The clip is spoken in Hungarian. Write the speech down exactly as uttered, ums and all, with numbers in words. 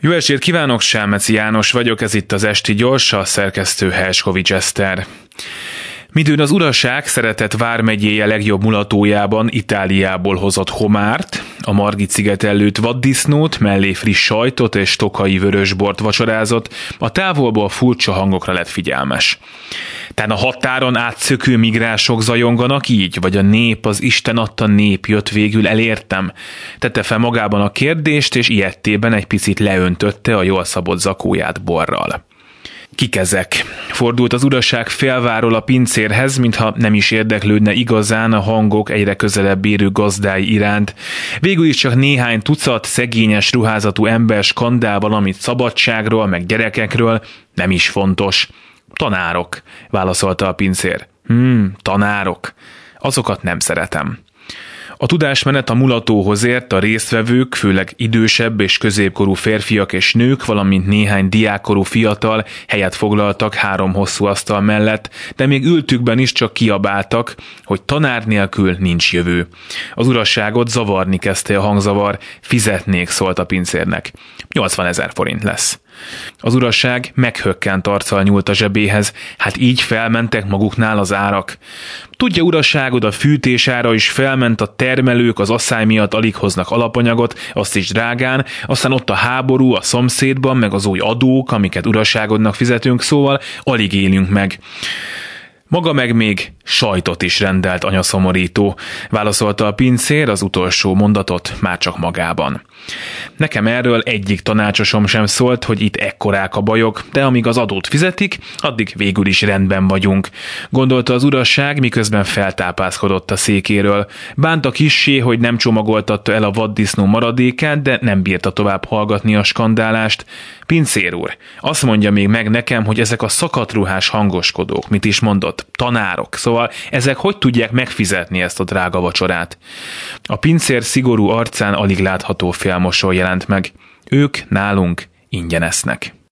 Jó estét kívánok, Selmeci János vagyok, ez itt az Esti Gyors, a szerkesztő Herskovics Eszter. Midőn az uraság Szeretett vármegyéje legjobb mulatójában Itáliából hozott homárt, a Margit-sziget előtt vaddisznót, mellé friss sajtot és tokai vörösbort vacsorázott, a távolból furcsa hangokra lett figyelmes. Tán a határon átszökő migránsok zajonganak így, vagy a nép, az Isten adta nép jött végül, elértem? Tette fel magában a kérdést, és ilyettében egy picit leöntötte a jól szabott zakóját borral. Kik ezek? Fordult az uraság félváról a pincérhez, mintha nem is érdeklődne igazán a hangok egyre közelebb érő gazdái iránt. Végül is csak néhány tucat szegényes ruházatú ember skandál valamit szabadságról, meg gyerekekről, nem is fontos. Tanárok, válaszolta a pincér. Hmm, tanárok. Azokat nem szeretem. A tudásmenet a mulatóhoz ért, a résztvevők, főleg idősebb és középkorú férfiak és nők, valamint néhány diákkorú fiatal helyet foglaltak három hosszú asztal mellett, de még ültükben is csak kiabáltak, hogy tanár nélkül nincs jövő. Az uraságot zavarni kezdte a hangzavar, fizetnék, szólt a pincérnek. nyolcvanezer forint lesz. Az uraság meghökkent arccal nyúlt a zsebéhez, hát így felmentek maguknál az árak. Tudja, uraságod, a fűtésára is felment, a termelők az asszály miatt alig hoznak alapanyagot, azt is drágán, aztán ott a háború a szomszédban, meg az új adók, amiket uraságodnak fizetünk, szóval alig élünk meg. Maga meg még sajtot is rendelt, anyaszomorító, válaszolta a pincér az utolsó mondatot már csak magában. Nekem erről egyik tanácsosom sem szólt, hogy itt ekkorák a bajok, de amíg az adót fizetik, addig végül is rendben vagyunk, gondolta az uraság, miközben feltápászkodott a székéről. Bánta kissé, hogy nem csomagoltatta el a vaddisznó maradékát, de nem bírta tovább hallgatni a skandálást. Pincér úr, azt mondja még meg nekem, hogy ezek a szakadruhás hangoskodók, mit is mondott, tanárok, szóval ezek hogy tudják megfizetni ezt a drága vacsorát? A pincér szigorú arcán alig látható félmosoly jelent meg. Ők nálunk ingyen esznek.